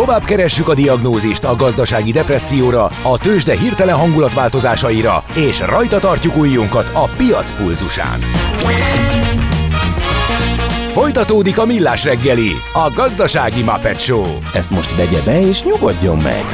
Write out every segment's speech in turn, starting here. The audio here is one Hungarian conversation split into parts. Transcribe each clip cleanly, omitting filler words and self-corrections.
Tovább keressük a diagnózist a gazdasági depresszióra, a tőzsde hirtelen hangulatváltozásaira, és rajta tartjuk ujjunkat a piac pulzusán. Folytatódik a Millás reggeli, a gazdasági Muppet Show. Ezt most vegye be és nyugodjon meg!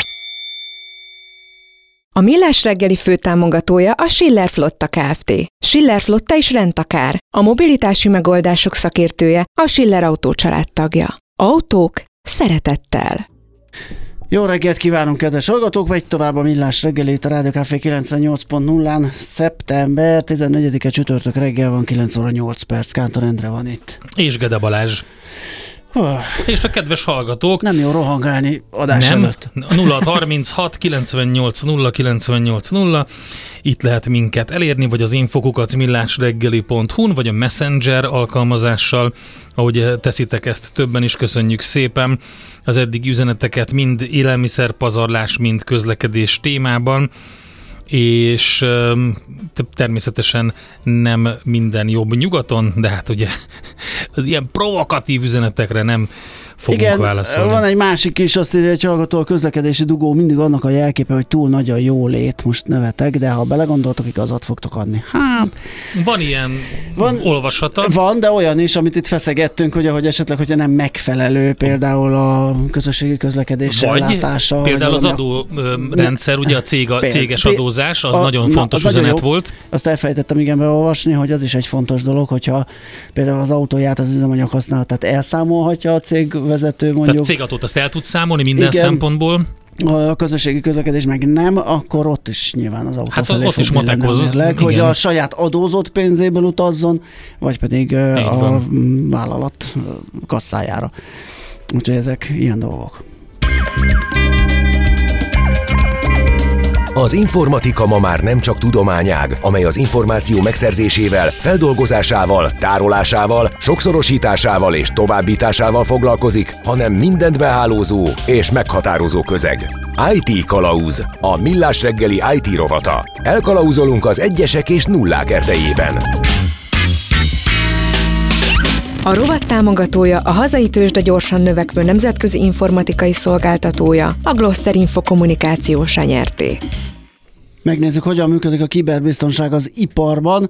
A Millás reggeli főtámogatója a Schiller Flotta Kft. Schiller Flotta is rendtakár. A mobilitási megoldások szakértője, a Schiller Autó család tagja. Autók szeretettel. Jó reggelt kívánunk, kedves hallgatók! Vagy tovább a Millás reggelét a Rádió Café 98.0-án. Szeptember 14-e csütörtök reggel van, 9 óra 8 perc. Kántor Endre van itt. És Gede Balázs. És a kedves hallgatók. Nem jó rohangálni adás előtt. 0636 98 0 98 0. Itt lehet minket elérni, vagy az info@millásreggeli.hu-n, vagy a Messenger alkalmazással, ahogy teszitek ezt többen is, köszönjük szépen az eddigi üzeneteket, mind élelmiszerpazarlás, mind közlekedés témában, és természetesen nem minden jobb nyugaton, de hát ugye az ilyen provokatív üzenetekre nem fogunk válaszolni. Van egy másik is, azt írja, hogy hallgató, a közlekedési dugó mindig annak a jelképe, hogy túl nagy a jólét, most nevetek, de ha belegondoltok, igazat fogtok adni. Hát, van ilyen olvasata. Van, de olyan is, amit itt feszegettünk, hogy ahogy esetleg, hogyha nem megfelelő például a közösségi közlekedés ellátása. Például az adórendszer, ugye a céges adózás, az nagyon fontos üzenet volt. Azt elfelejtettem igen beolvasni, hogy az is egy fontos dolog, hogyha például az autóját, az üzemanyag használatát elszámolhatja a cégvezető, mondjuk. Tehát cégadót azt el tudsz számolni minden szempontból. A közösségi közlekedés meg nem, akkor ott is nyilván az autó felé ott is matekoz, hogy a saját adózott pénzéből utazzon, vagy pedig a vállalat kasszájára. Úgyhogy ezek ilyen dolgok. Az informatika ma már nem csak tudományág, amely az információ megszerzésével, feldolgozásával, tárolásával, sokszorosításával és továbbításával foglalkozik, hanem mindent behálózó és meghatározó közeg. IT Kalauz, a Millás reggeli IT rovata. Elkalauzolunk az egyesek és nullák erdejében. A rovat támogatója a hazai tőzsde gyorsan növekvő nemzetközi informatikai szolgáltatója, a Gloster Info Kommunikációs Nyrt. Megnézzük, hogyan működik a kiberbiztonság az iparban.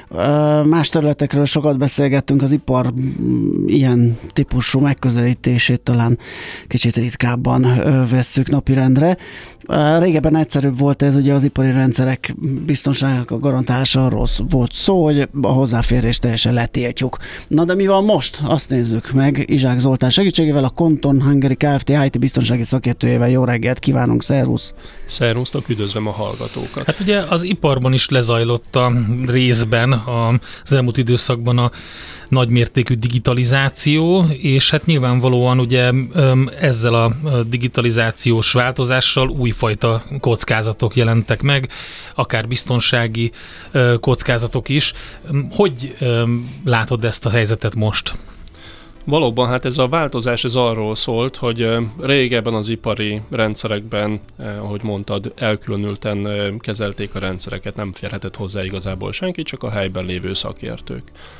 Más területekről sokat beszélgettünk, az ipar ilyen típusú megközelítését talán kicsit ritkábban vesszük napirendre. Régebben egyszerűbb volt ez, ugye az ipari rendszerek biztonságának a garantálása, arról volt szó, hogy a hozzáférést teljesen letiltjuk. Na de mi van most? Azt nézzük meg Izsák Zoltán segítségével, a Konton Hungary Kft. IT biztonsági szakértőjével. Jó reggelt kívánunk, szervusz! Szervusztok, üdvözlöm a hallgatókat! Hát ugye az iparban is lezajlott a részben az elmúlt időszakban a nagymértékű digitalizáció, és hát nyilvánvalóan ugye ezzel a digitalizációs változással újfajta kockázatok jelentek meg, akár biztonsági kockázatok is. Hogy látod ezt a helyzetet most? Valóban, hát ez a változás ez arról szólt, hogy régebben az ipari rendszerekben, ahogy mondtad, elkülönülten kezelték a rendszereket, nem férhetett hozzá igazából senki, csak a helyben lévő szakértők.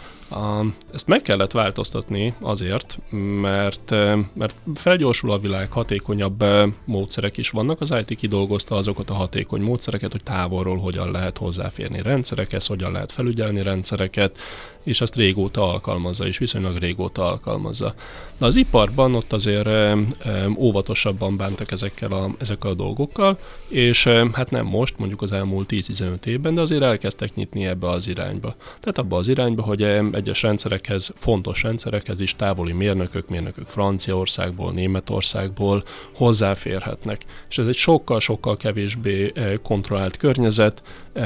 Ezt meg kellett változtatni azért, mert felgyorsul a világ, hatékonyabb módszerek is vannak. Az IT kidolgozta azokat a hatékony módszereket, hogy távolról hogyan lehet hozzáférni rendszerekhez, hogyan lehet felügyelni rendszereket, és ezt régóta alkalmazza, és viszonylag régóta alkalmazza. De az iparban ott azért óvatosabban bántak ezekkel a dolgokkal, és hát nem most, mondjuk az elmúlt 10-15 évben, de azért elkezdtek nyitni ebbe az irányba. Tehát abba az irányba, hogy egyes rendszerekhez, fontos rendszerekhez is távoli mérnökök Franciaországból, Németországból hozzáférhetnek. És ez egy sokkal-sokkal kevésbé kontrollált környezet.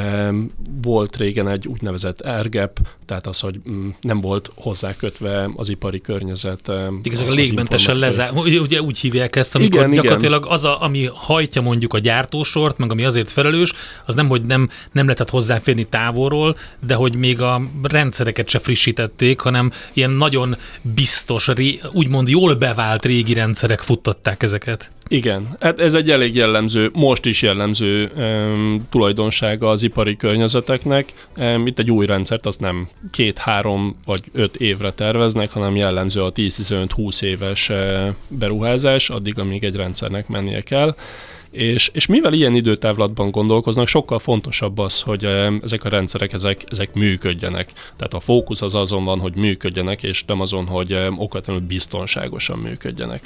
Volt régen egy úgynevezett air-gap, tehát az, hogy nem volt hozzákötve az ipari környezet. Igazából légmentesen ugye úgy hívják ezt, amikor igen, gyakorlatilag az, ami hajtja mondjuk a gyártósort, meg ami azért felelős, az nem, hogy nem lehetett hozzáférni távolról, de hogy még a rendszereket se frissítették, hanem ilyen nagyon biztos, úgymond jól bevált régi rendszerek futtatták ezeket. Igen, hát ez egy elég jellemző, most is jellemző tulajdonsága az ipari környezeteknek. Itt egy új rendszert azt nem 2-3 vagy 5 évre terveznek, hanem jellemző a 10-15-20 éves beruházás, addig, amíg egy rendszernek mennie kell. És mivel ilyen időtávlatban gondolkoznak, sokkal fontosabb az, hogy ezek a rendszerek ezek működjenek. Tehát a fókusz az azon van, hogy működjenek, és nem azon, hogy okvetlenül biztonságosan működjenek.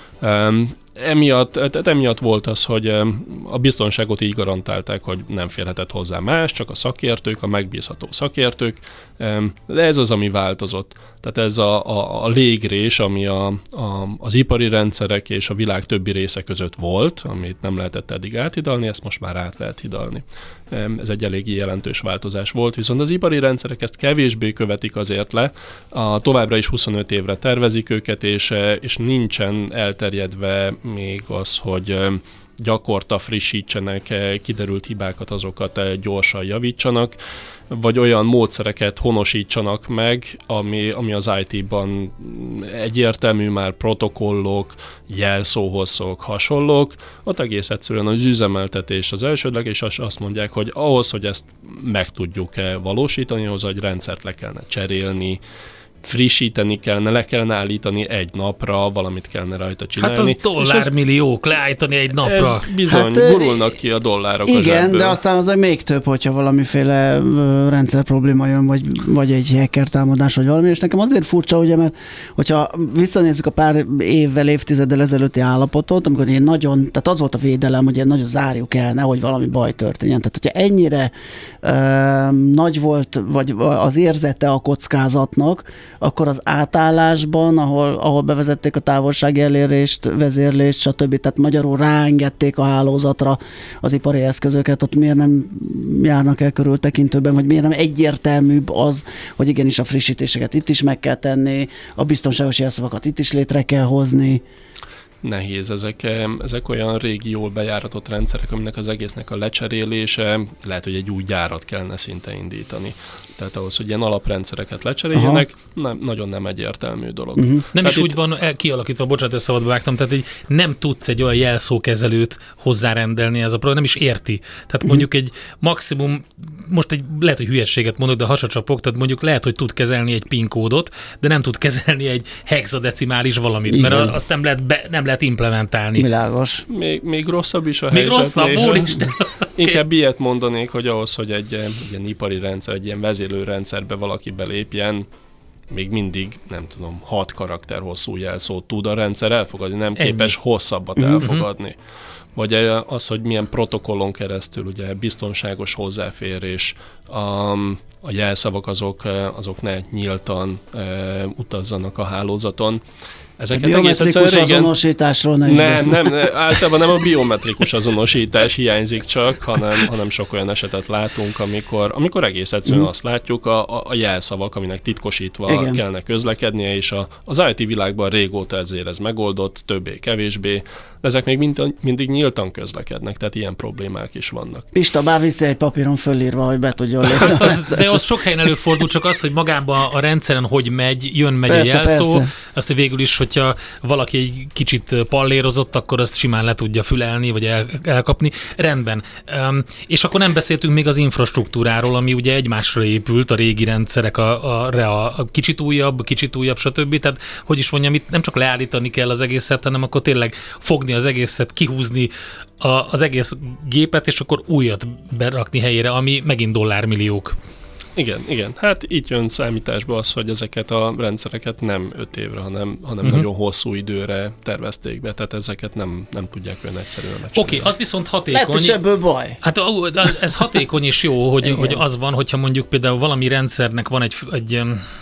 Emiatt volt az, hogy a biztonságot így garantálták, hogy nem férhetett hozzá más, csak a szakértők, a megbízható szakértők, de ez az, ami változott. Tehát ez a légrés, ami az ipari rendszerek és a világ többi része között volt, amit nem lehetett eddig áthidalni, ezt most már át lehet hidalni. Ez egy eléggé jelentős változás volt, viszont az ipari rendszerek ezt kevésbé követik azért le, továbbra is 25 évre tervezik őket, és nincsen elterjedve még az, hogy gyakorta frissítsenek, kiderült hibákat, azokat gyorsan javítsanak, vagy olyan módszereket honosítsanak meg, ami az IT-ban egyértelmű, már protokollok, jelszóhosszok, hasonlók. Ott egész egyszerűen az üzemeltetés az elsődleges, és azt mondják, hogy ahhoz, hogy ezt meg tudjuk valósítani, ahhoz egy rendszert le kellene cserélni, frissíteni kellene, le kellene állítani egy napra, valamit kellene rajta csinálni. Hát az dollármilliók leállítani egy napra. Ez bizony, gurulnak ki a dollárok igen, a zsebből. de aztán az még több, hogyha valamiféle rendszer probléma jön, vagy egy hacker támadás, vagy valami, és nekem azért furcsa, ugye, mert hogyha visszanézzük a pár évvel, évtizeddel ezelőtti állapotot, amikor ilyen nagyon, tehát az volt a védelem, hogy ilyen nagyon zárjuk el, nehogy valami baj történjen. Tehát, hogyha ennyire nagy volt, vagy az érzete a kockázatnak, akkor az átállásban, ahol bevezették a távolsági elérést, vezérlést, stb. Tehát magyarul ráengedték a hálózatra az ipari eszközöket, ott miért nem járnak el körültekintőben, vagy miért nem egyértelműbb az, hogy igenis a frissítéseket itt is meg kell tenni, a biztonságos jelszavakat itt is létre kell hozni. Nehéz. Ezek olyan régi, jól bejáratott rendszerek, aminek az egésznek a lecserélése, lehet, hogy egy új gyárat kellene szinte indítani. Tehát ahhoz, hogy ilyen alaprendszereket lecseréljenek, nagyon nem egyértelmű dolog. Nem is úgy van kialakítva, bocsánat, szabadba vágtam, tehát így nem tudsz egy olyan jelszókezelőt hozzárendelni ez a program, nem is érti. Tehát mondjuk egy maximum, most lehet, hogy hülyességet mondok, de hasacsapok, tehát mondjuk lehet, hogy tud kezelni egy PIN kódot, de nem tud kezelni egy hexadecimális valamit, mert azt nem lehet implementálni. Világos. Még rosszabb is a még helyzet. Rosszabbul is. Inkább ilyet mondanék, hogy ahhoz, hogy egy ilyen ipari rendszer, egy ilyen vezérlőrendszerbe valaki belépjen, még mindig, nem tudom, 6 karakter hosszú jelszót tud a rendszer elfogadni, nem képes hosszabbat elfogadni. Vagy az, hogy milyen protokollon keresztül ugye biztonságos hozzáférés, a jelszavak azok ne nyíltan utazzanak a hálózaton. Ezeket biometrikus azonosításról nem, általában nem a biometrikus azonosítás hiányzik csak, hanem sok olyan esetet látunk, amikor egész egyszerűen azt látjuk, a jelszavak, aminek titkosítva kellene közlekednie, és az IT világban régóta ezért ez megoldott, többé-kevésbé, de ezek még mindig nyíltan közlekednek, tehát ilyen problémák is vannak. Pista, bár viszi egy papíron fölírva, hogy be tudjon lépni. De az sok helyen előfordul, csak az, hogy magában a rendszeren hogy megy a jelszó, azt végül is, hogyha valaki egy kicsit pallérozott, akkor azt simán le tudja fülelni, vagy elkapni. Rendben. És akkor nem beszéltünk még az infrastruktúráról, ami ugye egymásra épült, a régi rendszerek, a kicsit újabb, stb. Tehát, hogy is mondjam, itt nem csak leállítani kell az egészet, hanem akkor tényleg fogni az egészet, kihúzni az egész gépet, és akkor újat berakni helyére, ami megint dollármilliók. Igen. Hát itt jön számításba az, hogy ezeket a rendszereket nem 5 évre, hanem nagyon hosszú időre tervezték be, tehát ezeket nem tudják olyan egyszerűen megcsinálni. Oké, az viszont hatékony. Lehet, és ebből baj. Hát ez hatékony és jó, hogy az van, hogyha mondjuk például valami rendszernek van egy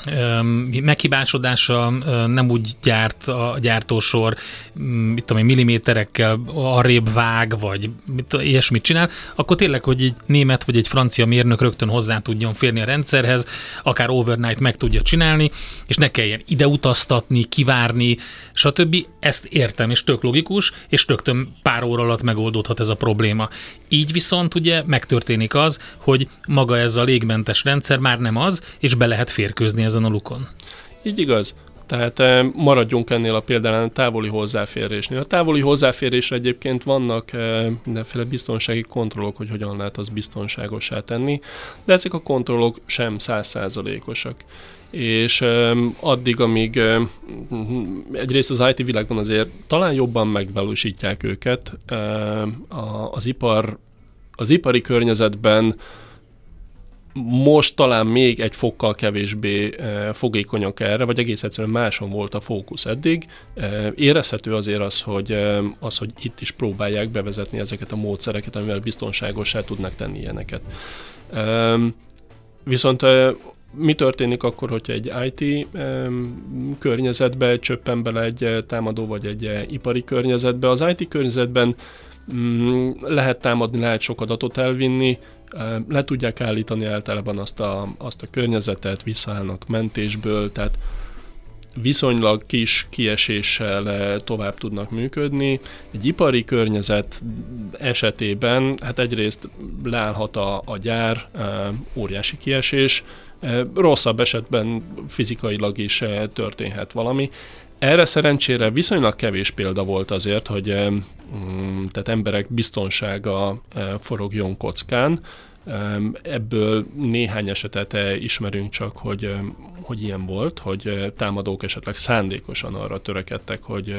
meghibásodása, nem úgy gyárt a gyártósor, mit tudom, milliméterekkel arrébb vág, vagy ilyesmit csinál, akkor tényleg, hogy egy német vagy egy francia mérnök rögtön hozzá tudjon férni a rendszerhez, akár overnight meg tudja csinálni, és ne kelljen ide utaztatni, kivárni, stb. Ezt értem, és tök logikus, és rögtön pár óra alatt megoldódhat ez a probléma. Így viszont ugye megtörténik az, hogy maga ez a légmentes rendszer már nem az, és be lehet férkőzni ezen a lukon. Így igaz. Tehát maradjunk ennél a példánál, a távoli hozzáférésnél. A távoli hozzáférésre egyébként vannak mindenféle biztonsági kontrollok, hogy hogyan lehet az biztonságosá tenni, de ezek a kontrollok sem 100%-osak. És addig, amíg egyrészt az IT világban azért talán jobban megvalósítják őket, az ipari környezetben most talán még egy fokkal kevésbé fogékonyak erre, vagy egész egyszerűen máson volt a fókusz eddig. Érezhető azért az, hogy itt is próbálják bevezetni ezeket a módszereket, amivel biztonságossá tudnak tenni ilyeneket. Viszont mi történik akkor, hogyha egy IT környezetbe csöppen bele egy támadó, vagy egy ipari környezetbe? Az IT környezetben lehet támadni, lehet sok adatot elvinni, le tudják állítani általában azt a környezetet, visszaállnak mentésből, tehát viszonylag kis kieséssel tovább tudnak működni. Egy ipari környezet esetében hát egyrészt leállhat a gyár, óriási kiesés, rosszabb esetben fizikailag is történhet valami. Erre szerencsére viszonylag kevés példa volt azért, hogy tehát emberek biztonsága forogjon kockán. Ebből néhány esetet ismerünk csak, hogy ilyen volt, hogy támadók esetleg szándékosan arra törekedtek,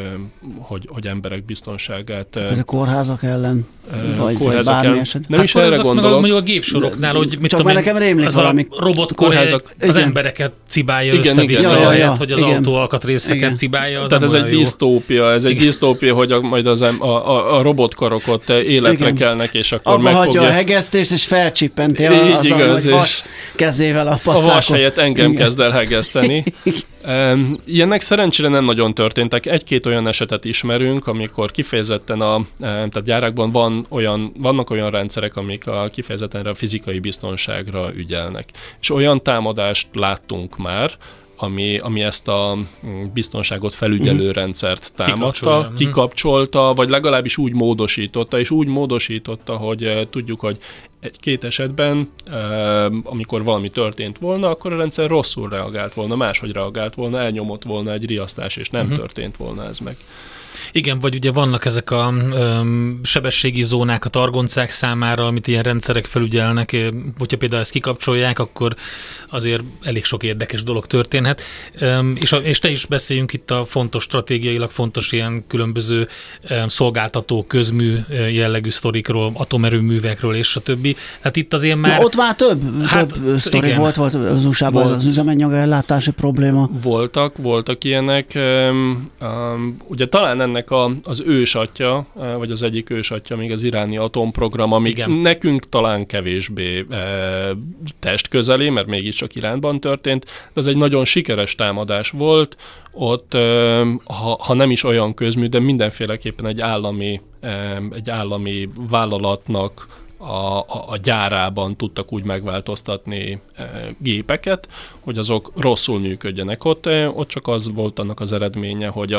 hogy emberek biztonságát... A kórházak ellen? Vagy bármi eset? Nem is erre gondolok. Mondjuk a gépsoroknál, hogy mit csak nekem rémlik az valami. A robotkor az embereket cibálja össze-vissza, ahelyett, hogy az autó alkatrészeket cibálja. Tehát ez egy disztópia, hogy majd a robotkarok életre kelnek, és akkor abba megfogja. hagyja a hegesztést, és felcsippenti az a nagy vas kezével a pacákot. A vas helyett engem kezd el hegeszteni. Ilyenek szerencsére nem nagyon történtek. Egy-két olyan esetet ismerünk, amikor kifejezetten tehát gyárakban vannak olyan rendszerek, amik kifejezetten a fizikai biztonságra ügyelnek. És olyan támadást láttunk már, ami ezt a biztonságot felügyelő rendszert támadta, kikapcsolta, vagy legalábbis úgy módosította, hogy tudjuk, hogy egy-két esetben, amikor valami történt volna, akkor a rendszer rosszul reagált volna, máshogy reagált volna, elnyomott volna egy riasztás, és nem történt volna ez meg. Igen, vagy ugye vannak ezek a sebességi zónák a targoncák számára, amit ilyen rendszerek felügyelnek, hogyha például ezt kikapcsolják, akkor azért elég sok érdekes dolog történhet. És te is beszéljünk itt a fontos, stratégiailag fontos ilyen különböző szolgáltató, közmű jellegű sztorikról, atomerőművekről és a többi. Hát itt azért már... Na, ott már több sztori volt az USA-ban az üzemanyag ellátási probléma. Voltak ilyenek. Ugye talán ennek az ősatja, vagy az egyik ősatja még az iráni atomprogram, amik nekünk talán kevésbé testközeli, mert mégiscsak Iránban történt, de ez egy nagyon sikeres támadás volt. Ott, ha nem is olyan közmű, de mindenféleképpen egy állami vállalatnak a gyárában tudtak úgy megváltoztatni gépeket, hogy azok rosszul működjenek. Ott csak az volt annak az eredménye, hogy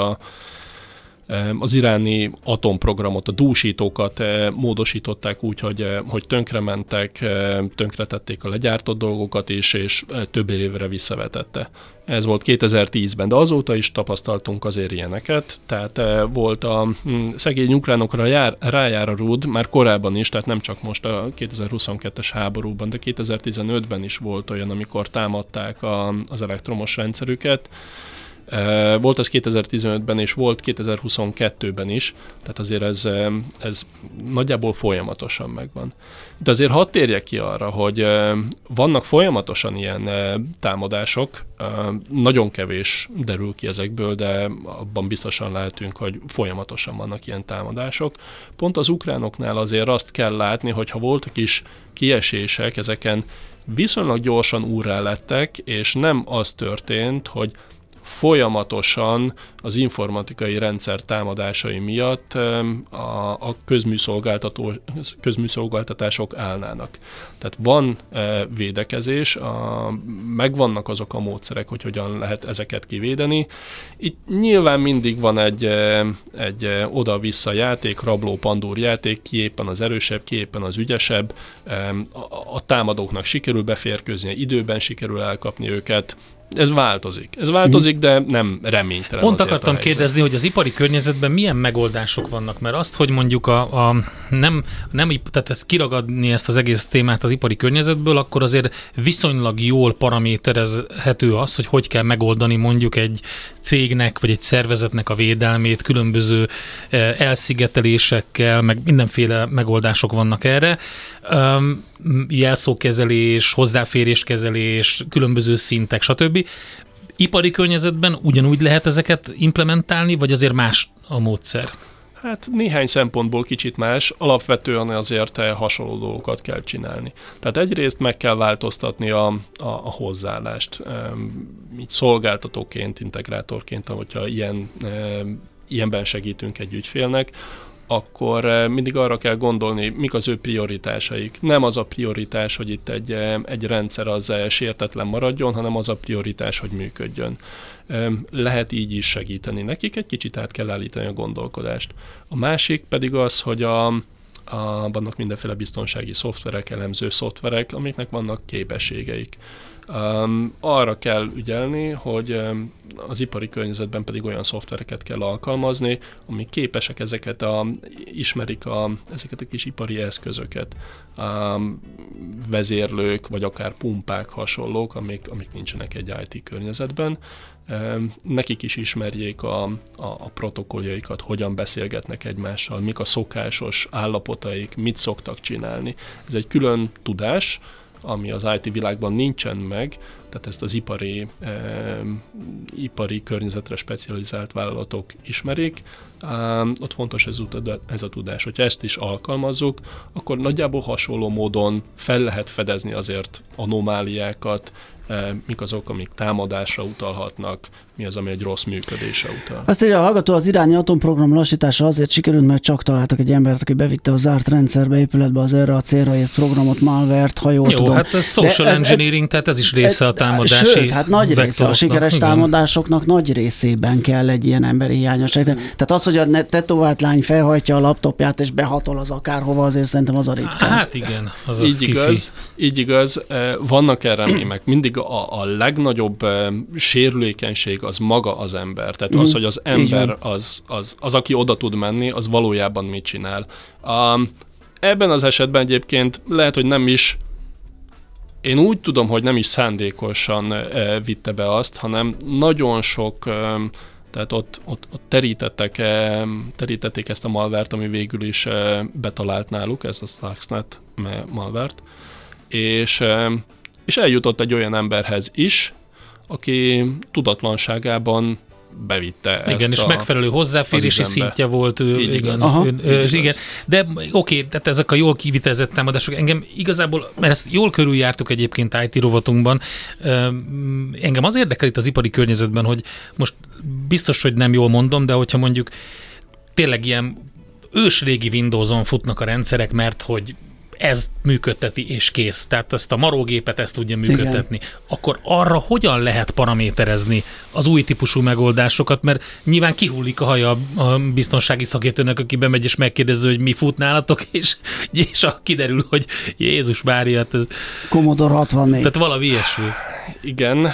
az iráni atomprogramot, a dúsítókat módosították úgy, hogy tönkrementek, tönkretették a legyártott dolgokat is, és több évre visszavetette. Ez volt 2010-ben, de azóta is tapasztaltunk azért ilyeneket, tehát volt a szegény ukránokra rájár a rúd, már korábban is, tehát nem csak most a 2022-es háborúban, de 2015-ben is volt olyan, amikor támadták az elektromos rendszerüket. Volt az 2015-ben, és volt 2022-ben is, tehát azért ez nagyjából folyamatosan megvan. De azért hadd térjek ki arra, hogy vannak folyamatosan ilyen támadások, nagyon kevés derül ki ezekből, de abban biztosan lehetünk, hogy folyamatosan vannak ilyen támadások. Pont az ukránoknál azért azt kell látni, hogy ha voltak is kiesések, ezeken viszonylag gyorsan úrrá lettek, és nem az történt, hogy folyamatosan az informatikai rendszer támadásai miatt a közműszolgáltatások állnának. Tehát van védekezés, megvannak azok a módszerek, hogy hogyan lehet ezeket kivédeni. Itt nyilván mindig van egy oda-vissza játék, rabló-pandúr játék, ki éppen az erősebb, ki éppen az ügyesebb. A támadóknak sikerül beférkőzni, időben sikerül elkapni őket, Ez változik, de nem reménytelen. Pont akartam kérdezni, hogy az ipari környezetben milyen megoldások vannak, mert azt, hogy mondjuk tehát ezt kiragadni ezt az egész témát az ipari környezetből, akkor azért viszonylag jól paraméterezhető az, hogy kell megoldani mondjuk egy cégnek, vagy egy szervezetnek a védelmét, különböző elszigetelésekkel, meg mindenféle megoldások vannak erre. Jelszókezelés, hozzáféréskezelés, különböző szintek, stb. Ipari környezetben ugyanúgy lehet ezeket implementálni, vagy azért más a módszer? Hát néhány szempontból kicsit más, alapvetően azért hasonló dolgokat kell csinálni. Tehát egyrészt meg kell változtatni a hozzáállást. Így szolgáltatóként, integrátorként, hogyha ilyenben segítünk egy ügyfélnek, akkor mindig arra kell gondolni, mik az ő prioritásaik. Nem az a prioritás, hogy itt egy rendszer az sértetlen maradjon, hanem az a prioritás, hogy működjön. Lehet így is segíteni nekik, egy kicsit át kell állítani a gondolkodást. A másik pedig az, hogy vannak mindenféle biztonsági szoftverek, elemző szoftverek, amiknek vannak képességeik. Arra kell ügyelni, hogy az ipari környezetben pedig olyan szoftvereket kell alkalmazni, amik képesek ismerik ezeket a kis ipari eszközöket, vezérlők, vagy akár pumpák hasonlók, amik nincsenek egy IT környezetben. Nekik is ismerjék a protokolljaikat, hogyan beszélgetnek egymással, mik a szokásos állapotaik, mit szoktak csinálni. Ez egy külön tudás, ami az IT világban nincsen meg, tehát ezt az ipari környezetre specializált vállalatok ismerik. Ott fontos ez a tudás. Hogyha ezt is alkalmazzuk, akkor nagyjából hasonló módon fel lehet fedezni azért anomáliákat, mik azok, amik támadásra utalhatnak, mi az, ami egy rossz működésre utal. Azt írja a hallgató, az iráni atomprogram lassítása azért sikerült, mert csak találtak egy embert, aki bevitte a zárt rendszerbe, épületbe az erre a célra ért programot, malvert, ha jól tudom. Hát ez social engineering, tehát ez is része a támadási sőt, hát nagy része, a sikeres támadásoknak nagy részében kell egy ilyen emberi hiányosság. Tehát az, hogy a tetovált lány felhajtja a laptopját és behatol az akárhova, azért szerintem az a ritkán. Hát igen, az a skifi. Így igaz. Vannak erre mémek. Mindig a legnagyobb sérülékenység az maga az ember. Tehát az, hogy az ember az, aki oda tud menni, az valójában mit csinál. Ebben az esetben egyébként lehet, hogy nem is, én úgy tudom, hogy nem is szándékosan vitte be azt, hanem nagyon sok, tehát ott terítették ezt a malvert, ami végül is betalált náluk, ezt a Stuxnet malvert, és eljutott egy olyan emberhez is, aki tudatlanságában bevitte ezt. Igen, és megfelelő hozzáférési szintje volt ő. Igen. De oké, tehát ezek a jól kivitelezett támadások, engem igazából, mert ezt jól körüljártuk egyébként IT rovatunkban, engem az érdekel itt az ipari környezetben, hogy most biztos, hogy nem jól mondom, de hogyha mondjuk tényleg ilyen ősrégi Windowson futnak a rendszerek, mert hogy ez működteti és kész. Tehát ezt a marógépet ezt tudja működtetni. Igen. Akkor arra hogyan lehet paraméterezni az új típusú megoldásokat, mert nyilván kihullik a haja a biztonsági szakértőnek, aki bemegy és megkérdezi, hogy mi fut nálatok, és kiderül, hogy Jézus Mária, hát ez... Commodore 64. Tehát valami ilyesmi. Igen.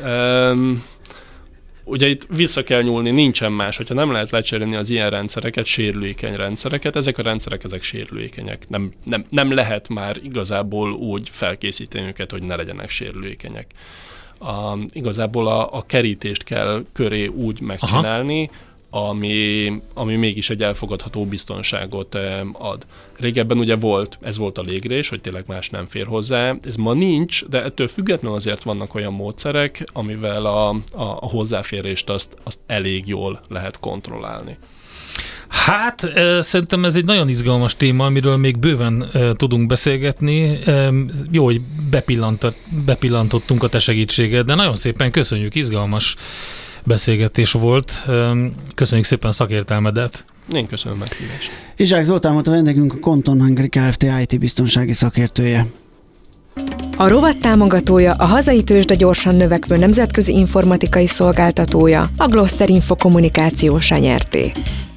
Ugye itt vissza kell nyúlni, nincsen más, hogyha nem lehet lecserélni az ilyen rendszereket, sérülékeny rendszereket, ezek a rendszerek, ezek sérülékenyek. Nem lehet már igazából úgy felkészíteni őket, hogy ne legyenek sérülékenyek. Igazából a kerítést kell köré úgy megcsinálni, ami mégis egy elfogadható biztonságot ad. Régebben ugye ez volt a légrés, hogy tényleg más nem fér hozzá. Ez ma nincs, de ettől függetlenül azért vannak olyan módszerek, amivel a hozzáférést azt elég jól lehet kontrollálni. Hát, szerintem ez egy nagyon izgalmas téma, amiről még bőven tudunk beszélgetni. Jó, hogy bepillantottunk a te segítséged, de nagyon szépen köszönjük, izgalmas beszélgetés volt. Köszönjük szépen a szakértelmedet. Én köszönöm meghívást. Izsák Zoltán volt a vendégünk, a Conton Hungary Kft. IT biztonsági szakértője. A rovat támogatója, a hazai tőzsde gyorsan növekvő nemzetközi informatikai szolgáltatója, a Gloster Info Kommunikációs Nyerté.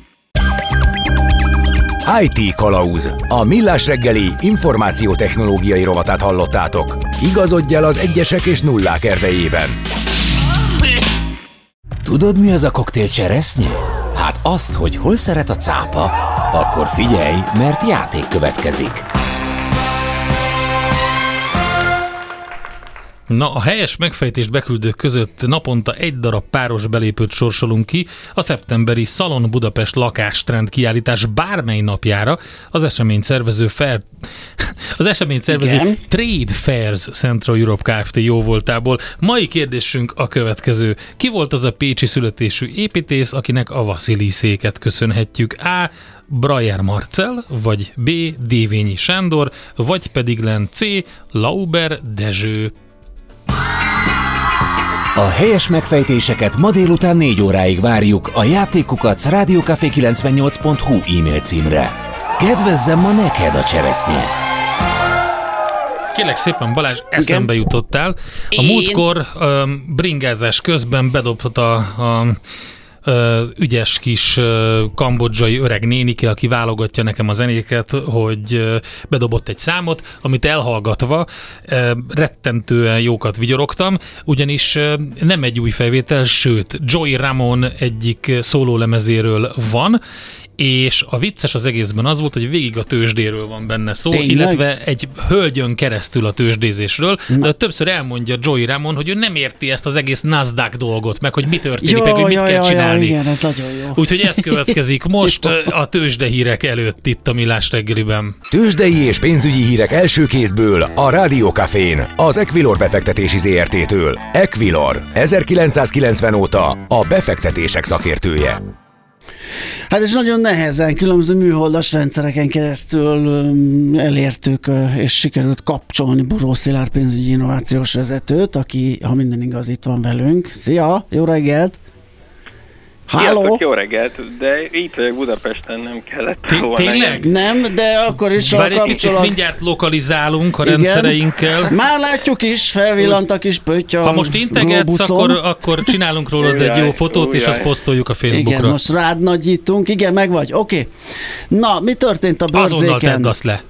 IT Kalauz. A Millás reggeli információtechnológiai rovatát hallottátok. Igazodj el az egyesek és nullák erdejében. Tudod, mi az a koktél cseresznye? Hát azt, hogy hol szeret a cápa, akkor figyelj, mert játék következik. Na, a helyes megfejtést beküldők között naponta egy darab páros belépőt sorsolunk ki a szeptemberi Salon Budapest lakástrend kiállítás bármely napjára az esemény szervező Trade Fairs Central Europe Kft. Jóvoltából. Mai kérdésünk a következő. Ki volt az a pécsi születésű építész, akinek a Vasili-széket köszönhetjük? A. Brajer Marcell, vagy B. Dévényi Sándor, vagy pedig len C. Lauber Dezső. A helyes megfejtéseket ma délután 4 óráig várjuk a játékukac@radiocafé98.hu e-mail címre. Kedvezzem ma neked a cseresznye! Kérlek szépen, Balázs, eszembe jutottál. A múltkor bringázás közben bedobott a ügyes kis kambodzsai öreg nénike, aki válogatja nekem a zenéket, hogy bedobott egy számot, amit elhallgatva rettentően jókat vigyorogtam, ugyanis nem egy új felvétel, sőt, Joey Ramone egyik szólólemezéről van, és a vicces az egészben az volt, hogy végig a tőzsdéről van benne szó, Tényleg? illetve egy hölgyön keresztül a tőzsdézésről, de többször elmondja Joey Ramone, hogy ő nem érti ezt az egész Nasdaq dolgot, meg hogy mi történik, meg hogy mit kell csinálni. Igen, ez nagyon jó. Úgyhogy ez következik most a tőzsdehírek előtt itt a Millás reggeliben. Tőzsdei és pénzügyi hírek első kézből a Rádió Cafén, az Equilor befektetési ZRT-től. Equilor, 1990 óta a befektetések szakértője. Hát és nagyon nehezen, különböző műholdas rendszereken keresztül elértük, és sikerült kapcsolni Buró Szilárd pénzügyi innovációs vezetőt, aki, ha minden igaz, itt van velünk. Szia, jó reggelt! Sziasztok, jó reggelt, de itt vagyok Budapesten, nem kellett volna. Tényleg? Nem, de akkor is Várj a egy picit, kapcsolat... mindjárt lokalizálunk a Igen. rendszereinkkel. Már látjuk is, felvillant a kis pötty a Ha most integetsz, akkor csinálunk rólad egy jó fotót, és azt posztoljuk a Facebookra. Igen, most rád nagyítunk. Igen, meg vagy. Oké. Na, mi történt a Azonnal bőrzéken? tedd azt le.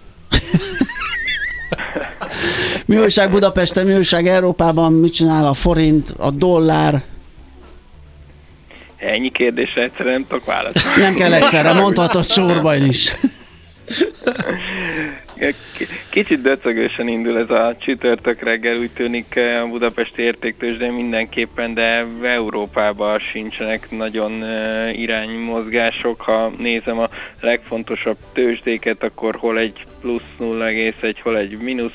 Mi újság Budapesten, mi újság Európában, mit csinál a forint, a dollár? Ennyi kérdésre egyszerűen nem tudok válaszolni. Nem kell egyszerre, mondhatod sorban is. Kicsit döcögősen indul ez a csütörtök reggel, úgy tűnik a budapesti értéktőzsdén mindenképpen, de Európában sincsenek nagyon iránymozgások. Ha nézem a legfontosabb tőzsdéket, akkor hol egy plusz 0,1, hol egy mínusz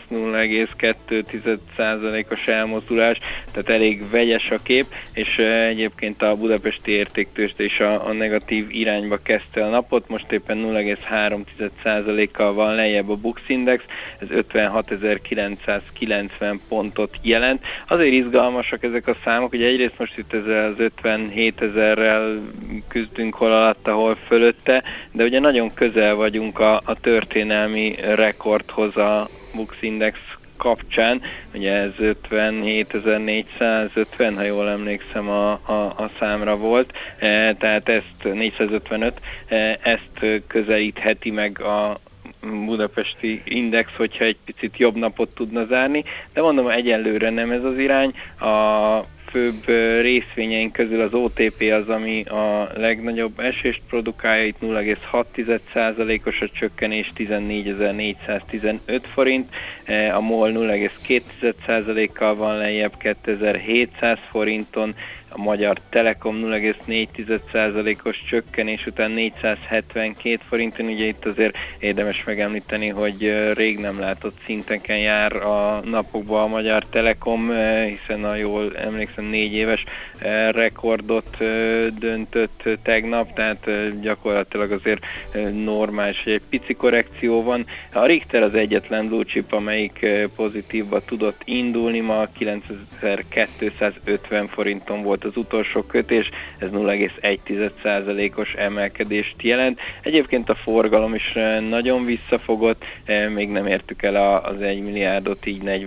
0,2%-os elmozdulás, tehát elég vegyes a kép, és egyébként a budapesti értéktőzsde is a negatív irányba kezdte a napot, most éppen 0,3%-kal van lejjebb a Bux Index, ez 56.990 pontot jelent. Azért izgalmasak ezek a számok, ugye egyrészt most itt ezzel az 57.000-rel küzdünk hol alatta, hol fölötte, de ugye nagyon közel vagyunk a történelmi rekordhoz a Bux Index kapcsán, ugye ez 57.450, ha jól emlékszem a számra volt, tehát ezt 455, ezt közelítheti meg a budapesti index, hogyha egy picit jobb napot tudna zárni, de mondom, egyelőre nem ez az irány. A főbb részvényeink közül az OTP az, ami a legnagyobb esést produkálja, itt 0,6%-os a csökkenés, 14.415 forint, a MOL 0,2%-kal van lejjebb 2700 forinton, a Magyar Telekom 0,4%-os csökkenés után 472 forinton, ugye itt azért érdemes megemlíteni, hogy rég nem látott szinteken jár a napokban a Magyar Telekom, hiszen ha jól emlékszem 4 éves rekordot döntött tegnap, tehát gyakorlatilag azért normális, hogy egy pici korrekció van. A Richter az egyetlen blue chip, amelyik pozitívba tudott indulni, ma 9250 forinton volt az utolsó kötés, ez 0,1%-os emelkedést jelent. Egyébként a forgalom is nagyon visszafogott, még nem értük el az 1 milliárdot, így 40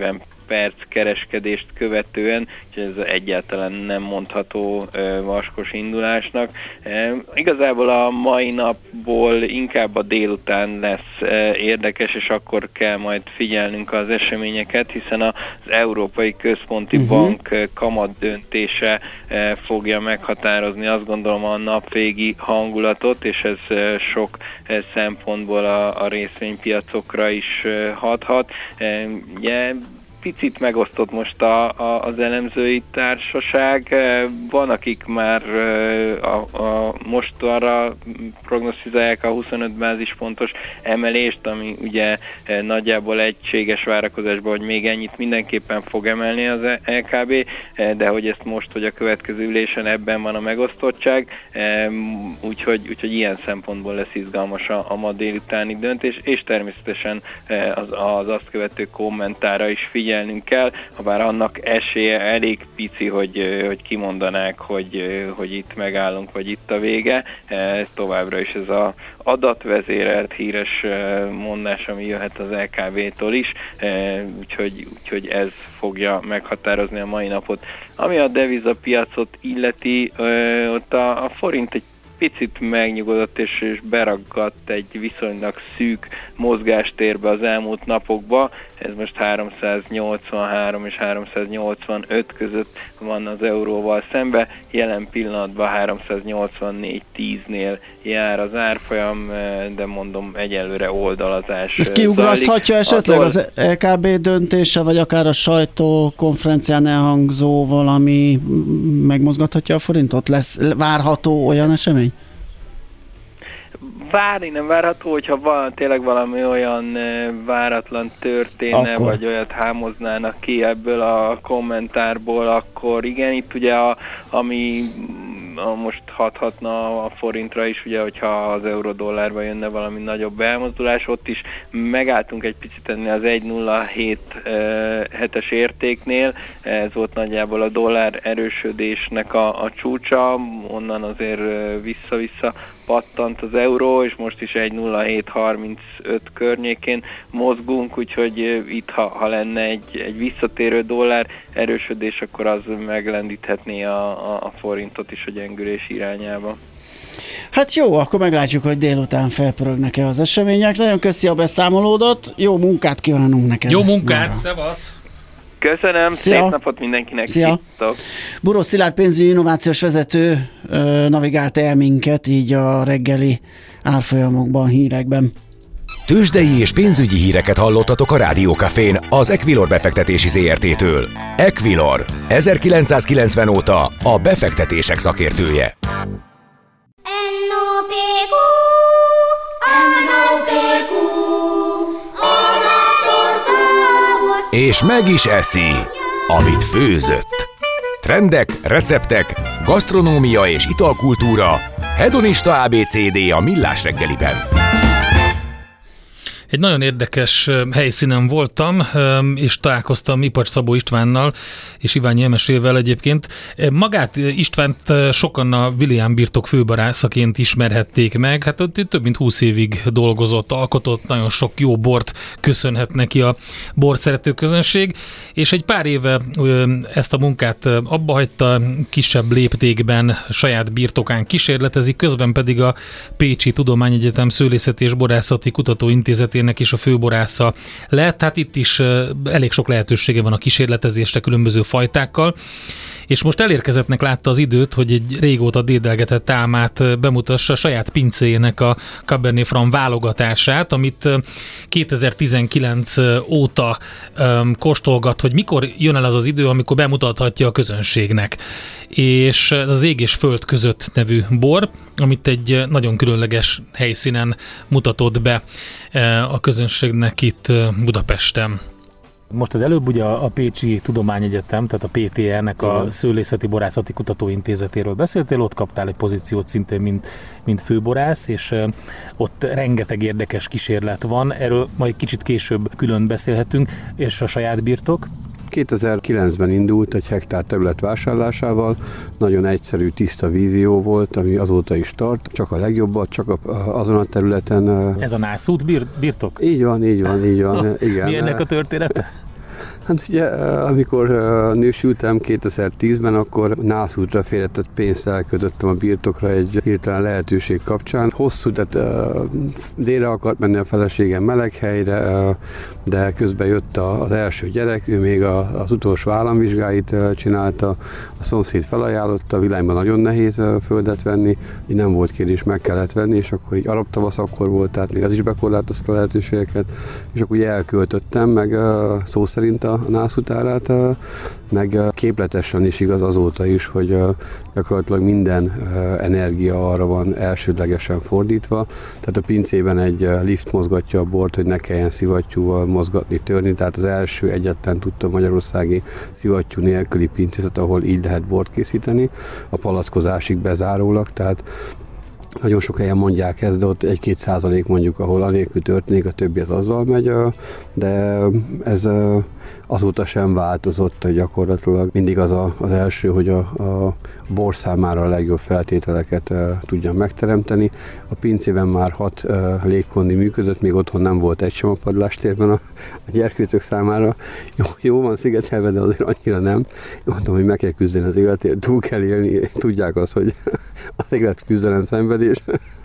perc kereskedést követően, úgyhogy ez egyáltalán nem mondható vaskos indulásnak. Igazából a mai napból inkább a délután lesz érdekes, és akkor kell majd figyelnünk az eseményeket, hiszen az Európai Központi Bank kamat döntése fogja meghatározni, azt gondolom, a napvégi hangulatot, és ez sok szempontból a részvénypiacokra is hathat. Ugye, picit megosztott most az elemzői társaság. Van, akik már most arra prognosztizálják a 25 bázispontos emelést, ami ugye nagyjából egységes várakozásban, hogy még ennyit mindenképpen fog emelni az LKB, de hogy ezt most, hogy a következő ülésen ebben van a megosztottság, úgyhogy ilyen szempontból lesz izgalmas a ma délutáni döntés, és természetesen az azt követő kommentára is figyelnünk kell, habár annak esélye elég pici, hogy kimondanák, hogy itt megállunk, vagy itt a vége. Ez továbbra is ez az adatvezérelt híres mondás, ami jöhet az LKB-tól is, úgyhogy ez fogja meghatározni a mai napot. Ami a devizapiacot illeti, ott a forint egy picit megnyugodott és beragadt egy viszonylag szűk mozgástérbe az elmúlt napokba. Ez most 383 és 385 között van az euróval szembe. Jelen pillanatban 384.10-nél jár az árfolyam, de mondom, egyelőre oldalazás. Ez kiugraszthatja esetleg az LKB döntése, vagy akár a sajtókonferencián elhangzó valami megmozgathatja a forintot? Lesz várható olyan esemény? Várni nem várható, hogyha tényleg valami olyan váratlan történne, akkor, vagy olyat hámoznának ki ebből a kommentárból, akkor igen, itt ugye ami most hathatna a forintra is, ugye, hogyha az euró-dollárba jönne valami nagyobb elmozdulás, ott is megálltunk egy picit ennél az 1,07-es értéknél, ez volt nagyjából a dollár erősödésnek a csúcsa, onnan azért vissza-vissza pattant az euró, és most is 1,0735 környékén mozgunk, úgyhogy itt, ha lenne egy visszatérő dollár erősödés, akkor az meglendíthetné a forintot is a gyengülés irányába. Hát jó, akkor meglátjuk, hogy délután felpörögnek-e az események. Nagyon köszi a beszámolódat, jó munkát kívánunk neked. Jó munkát, szevasz! Köszönöm, szia. Szép napot mindenkinek. Szia. Burós Szilárd pénzügyi innovációs vezető navigált el minket így a reggeli árfolyamokban, hírekben. Tőzsdei és pénzügyi híreket hallottatok a Rádiókafén az Equilor befektetési ZRT-től. Equilor, 1990 óta a befektetések szakértője. És meg is eszi, amit főzött. Trendek, receptek, gasztronómia és italkultúra, hedonista ABCD a Millás reggeliben. Egy nagyon érdekes helyszínen voltam, és találkoztam Ipacs Szabó Istvánnal és Iványi Emesével egyébként. Magát Istvánt sokan a William birtok főborászaként ismerhették meg. Hát ott több mint 20 évig dolgozott, alkotott, nagyon sok jó bort köszönhet neki a borszerető közönség, és egy pár éve ezt a munkát abba hagyta, kisebb léptékben saját birtokán kísérletezik, közben pedig a Pécsi Tudományegyetem Szőlészeti és Borászati Kutatóintézetének is a főborásza lett. Hát itt is elég sok lehetősége van a kísérletezésre különböző fajtákkal, és most elérkezettnek látta az időt, hogy egy régóta dédelgetett álmát bemutassa a saját pincéjének a Cabernet Franc válogatását, amit 2019 óta kóstolgat, hogy mikor jön el az az idő, amikor bemutathatja a közönségnek. És az Ég és Föld között nevű bor, amit egy nagyon különleges helyszínen mutatott be a közönségnek itt Budapesten. Most az előbb ugye a Pécsi Tudományegyetem, tehát a PTR-nek a Szőlészeti Borászati Kutatóintézetéről beszéltél, ott kaptál egy pozíciót szintén, mint főborász, és ott rengeteg érdekes kísérlet van, erről majd kicsit később külön beszélhetünk, és a saját birtok. 2009-ben indult egy hektár terület vásárlásával, nagyon egyszerű, tiszta vízió volt, ami azóta is tart, csak a legjobbat, csak azon a területen. Ez a Nászút birtok? Így van. Igen. Mi ennek a története? Hát ugye, amikor nősültem 2010-ben, akkor nászútra félretett pénzt elköltöttem a birtokra egy hirtelen lehetőség kapcsán. Hosszú, tehát délre akart menni a feleségem Meleghelyre, de közben jött az első gyerek, ő még az utolsó államvizsgáit csinálta, a szomszéd felajánlotta, a világban nagyon nehéz földet venni, így nem volt kérdés, meg kellett venni, és akkor így arab tavasz akkor volt, tehát még az is bekorlátozta a lehetőségeket, és akkor ugye elköltöttem, meg szó szerint a nászutárát, meg képletesen is igaz azóta is, hogy gyakorlatilag minden energia arra van elsődlegesen fordítva, tehát a pincében egy lift mozgatja a bort, hogy ne kelljen szivattyúval mozgatni, törni, tehát az első egyetlen tudtam magyarországi szivattyú nélküli pincészet, ahol így lehet bort készíteni, a palackozásig bezárólag, tehát nagyon sok helyen mondják ezt, de ott 1-2% mondjuk, ahol anélkül történik, a többi az azzal megy, de ez azóta sem változott, hogy gyakorlatilag mindig az első, hogy a bor számára a legjobb feltételeket tudjam megteremteni. A pincében már 6 légkondi működött, még otthon nem volt egy sem a padlástérben a gyerkőcök számára. Jó van szigetelve, de azért annyira nem. Mondtam, hogy meg kell küzdeni az életért, túl kell élni, tudják azt, hogy az élet küzdelem szenvedés.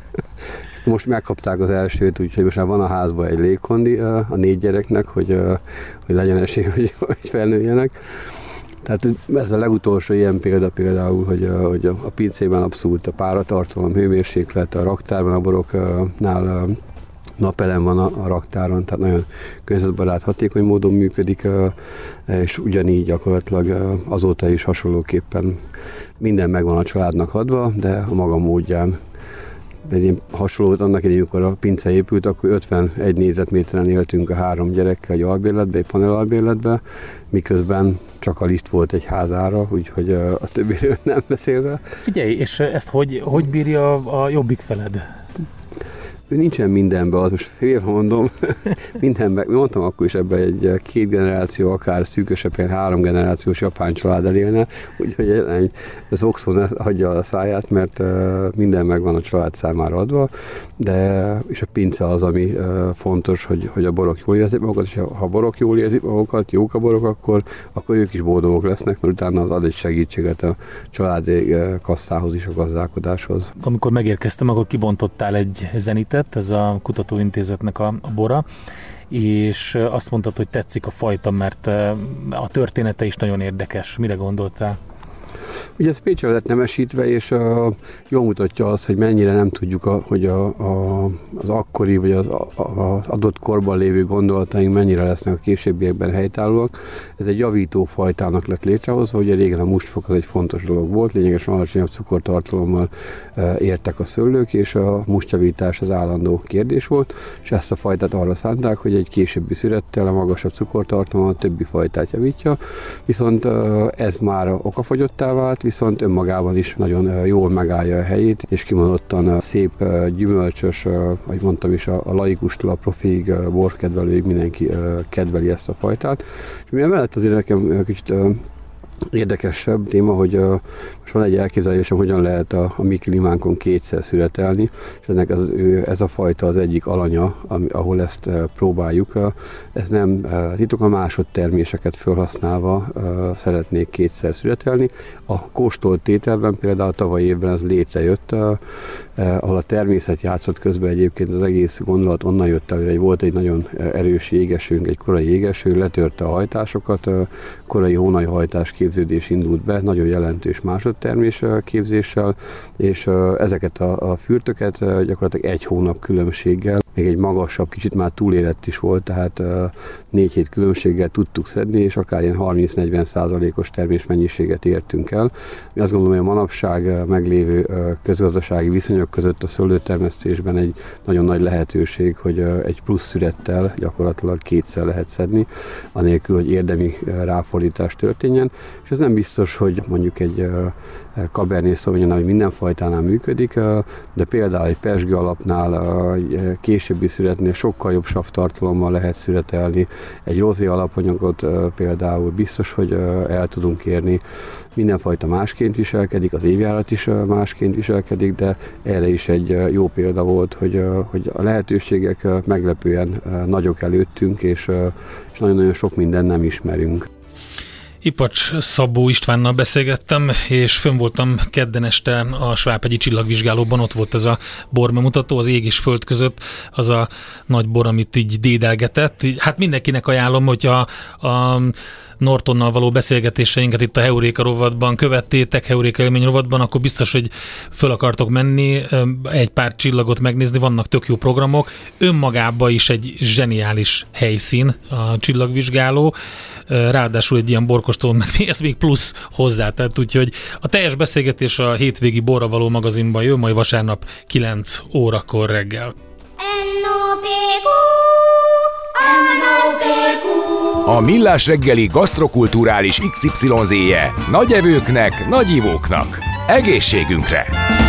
Most megkapták az elsőt, úgyhogy most már van a házban egy légkondi a 4 gyereknek, hogy legyen esély, hogy felnőjenek. Tehát ez a legutolsó ilyen példa például, hogy a pincében abszolút a páratartalom, hőmérséklet, a raktárban, a boroknál napelem van a raktáron, tehát nagyon környezetbarát, hatékony módon működik, és ugyanígy gyakorlatilag azóta is hasonlóképpen minden megvan a családnak adva, de a maga módján. Ez ilyen hasonló volt annak idején, amikor a pince épült, akkor 51 négyzetméteren éltünk a 3 gyerekkel egy albérletbe, egy panel albérletbe, miközben csak a lift volt egy házára, úgyhogy a többiről nem beszélve. Figyelj, és ezt hogy bírja a jobbik feled? Ő nincsen mindenben, az most félve mondom, mindenben, mondtam akkor is ebben egy 2 generáció, akár szűkösebben 3 generációs japán család elélne, úgyhogy az oxon hagyja a száját, mert minden megvan a család számára adva, és a pince az, ami fontos, hogy a borok jól érzik magukat, és ha a borok jól érzik magukat, jók a borok, akkor ők is boldogok lesznek, mert utána az ad egy segítséget a családi kasszához is, a gazdálkodáshoz. Amikor megérkeztem, akkor kibontottál egy zenitet, ez a kutatóintézetnek a bora, és azt mondtad, hogy tetszik a fajta, mert a története is nagyon érdekes. Mire gondoltál? Ugye ez Pécsre lett nemesítve, és jól mutatja azt, hogy mennyire nem tudjuk, hogy az akkori, vagy az adott korban lévő gondolataink mennyire lesznek a későbbiekben helytállóak. Ez egy javító fajtának lett létrehozva, ugye régen a mustfok az egy fontos dolog volt, lényegesen alacsonyabb cukortartalommal értek a szőlők, és a mustjavítás az állandó kérdés volt, és ezt a fajtát arra szánták, hogy egy későbbi szürettel a magasabb cukortartalommal a többi fajtát javítja, viszont ez már okafogyottá vált, viszont önmagában is nagyon jól megállja a helyét, és kimondottan szép, gyümölcsös, ahogy mondtam is, a laikustól a profiig, borkedvelőig mindenki kedveli ezt a fajtát. És mi emellett azért nekem kicsit érdekesebb téma, hogy most van egy elképzelésem, hogyan lehet a mi klimánkon 2-szer szüretelni, és ennek ez a fajta az egyik alanya, ahol ezt próbáljuk. Ez nem titok, a másodterméseket felhasználva szeretnék 2-szer szüretelni. A kóstolt tételben például tavaly évben ez létrejött, ahol a természet játszott közben egyébként az egész gondolat onnan jött el, hogy volt egy nagyon erős jégesőnk, egy korai jégeső, letörte a hajtásokat, korai hónajhajtás képződés indult be, nagyon jelentős másodtermés képzéssel, és ezeket a fürtöket gyakorlatilag 1 hónap különbséggel, még egy magasabb, kicsit már túlérett is volt, tehát 4 hét különbséggel tudtuk szedni, és akár ilyen 30-40%-os termésmennyiséget értünk el. Mi azt gondolom, hogy a manapság meglévő közgazdasági viszonyok között a szőlőtermesztésben egy nagyon nagy lehetőség, hogy egy plusz szürettel gyakorlatilag 2-szer lehet szedni, anélkül, hogy érdemi ráfordítás történjen, és ez nem biztos, hogy mondjuk egy Cabernet Sauvignon, ami mindenfajtánál működik, de például egy pezsgő alapnál, későbbi születnél sokkal jobb savtartalommal lehet születelni. Egy rozé alapanyagot például biztos, hogy el tudunk érni. Mindenfajta másként viselkedik, az évjárat is másként viselkedik, de erre is egy jó példa volt, hogy a lehetőségek meglepően nagyok előttünk, és nagyon-nagyon sok mindent nem ismerünk. Ipacs Szabó Istvánnal beszélgettem, és fönn voltam kedden este a Svábhegyi Csillagvizsgálóban, ott volt ez a borbemutató, az ég és föld között, az a nagy bor, amit így dédelgetett. Hát mindenkinek ajánlom, hogyha a Nortonnal való beszélgetéseinket itt a Heuréka rovatban követtétek, Heuréka élmény rovatban, akkor biztos, hogy föl akartok menni, egy pár csillagot megnézni, vannak tök jó programok. Önmagában is egy zseniális helyszín a csillagvizsgáló, ráadásul egy ilyen borkostól, meg ez még plusz hozzá. Tehát úgyhogy a teljes beszélgetés a hétvégi Borra való magazinban jön, majd vasárnap 9 órakor reggel. A Millás reggeli gasztrokulturális XYZ-je nagy evőknek, nagy ivóknak. Egészségünkre!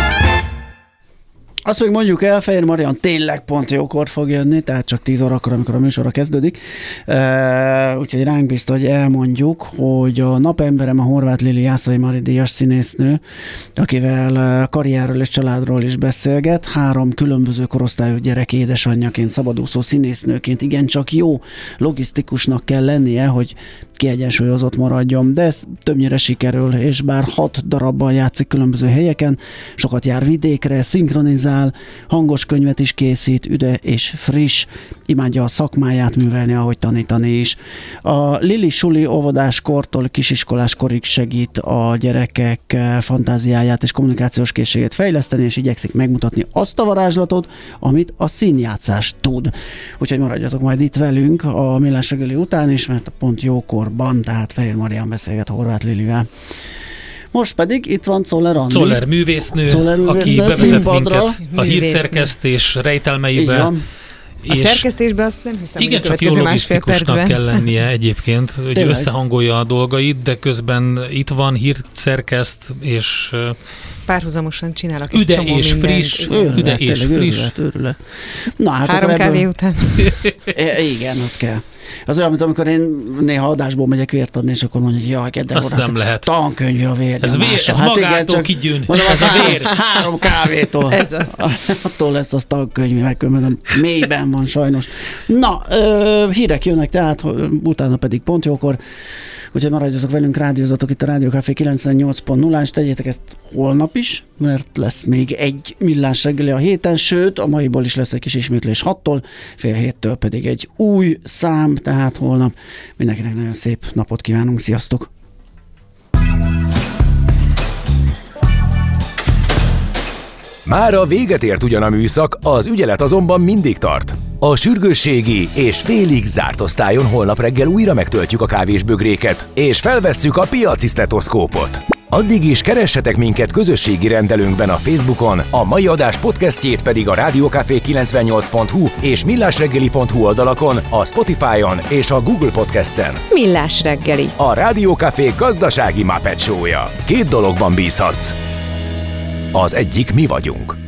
Azt még mondjuk el, Fejér Marian tényleg pont jókor fog jönni, tehát csak 10 órakor, amikor a műsorra kezdődik. Úgyhogy ránk biztos, hogy elmondjuk, hogy a napemberem a Horváth Lili Jászai Mari díjas színésznő, akivel karrierről és családról is beszélget, 3 különböző korosztályú gyerek édesanyjaként, szabadúszó színésznőként igencsak jó logisztikusnak kell lennie, hogy kiegyensúlyozott maradjon, de ez többnyire sikerül, és bár 6 darabban játszik különböző helyeken, sokat jár vidékre, szinkronizál, hangos könyvet is készít, üde és friss, imádja a szakmáját művelni, ahogy tanítani is. A Lili Suli óvodáskortól kisiskoláskorig segít a gyerekek fantáziáját és kommunikációs készségét fejleszteni, és igyekszik megmutatni azt a varázslatot, amit a színjátszás tud. Úgyhogy maradjatok majd itt velünk a Millás reggeli után is, mert pont jókorban, tehát Fejér Marian beszélget Horváth Lilivel. Most pedig itt van Czoller Andi. Czoller művésznő, aki bevezet minket a hírszerkesztés rejtelmeibe. A szerkesztésben azt nem hiszem, igen, hogy csak jó logisztikusnak kell lennie egyébként, hogy összehangolja a dolgait, de közben itt van, hírszerkeszt, és párhuzamosan csinálok egy csomó mindent. Üde és friss. Őrület. Na, hát 3 kávé után. Igen, az kell. Az olyan, mint amikor én néha adásból megyek vért adni, és akkor mondja, hogy jaj, kedden azt nem lehet. Tankönyv a vér. Ez vér, ez hát magától kigyűn. Ez a vér. 3 kávétól. Ez az. Attól lesz az tankönyv, megkömmödöm. Mélyben van sajnos. Na, hírek jönnek, tehát utána pedig pont jókor. Úgyhogy maradjatok velünk, rádiózatok itt a Rádió Café 98.0-án, és tegyétek ezt holnap is, mert lesz még egy Millás reggeli a héten, sőt, a maiból is lesz egy kis ismétlés 6-tól, fél 7-től pedig egy új szám, tehát holnap. Mindenkinek nagyon szép napot kívánunk, sziasztok! Mára véget ért ugyan a műszak, az ügyelet azonban mindig tart. A sürgősségi és félig zárt osztályon holnap reggel újra megtöltjük a kávésbögréket, és felvesszük a piaci sztetoszkópot. Addig is keressetek minket közösségi rendelőnkben a Facebookon, a mai adás podcastjét pedig a rádiókafé98.hu és millásreggeli.hu oldalakon, a Spotify-on és a Google Podcast-en. Millás reggeli. A Rádió Café gazdasági Muppet Show-ja. 2 dologban bízhatsz. Az egyik mi vagyunk.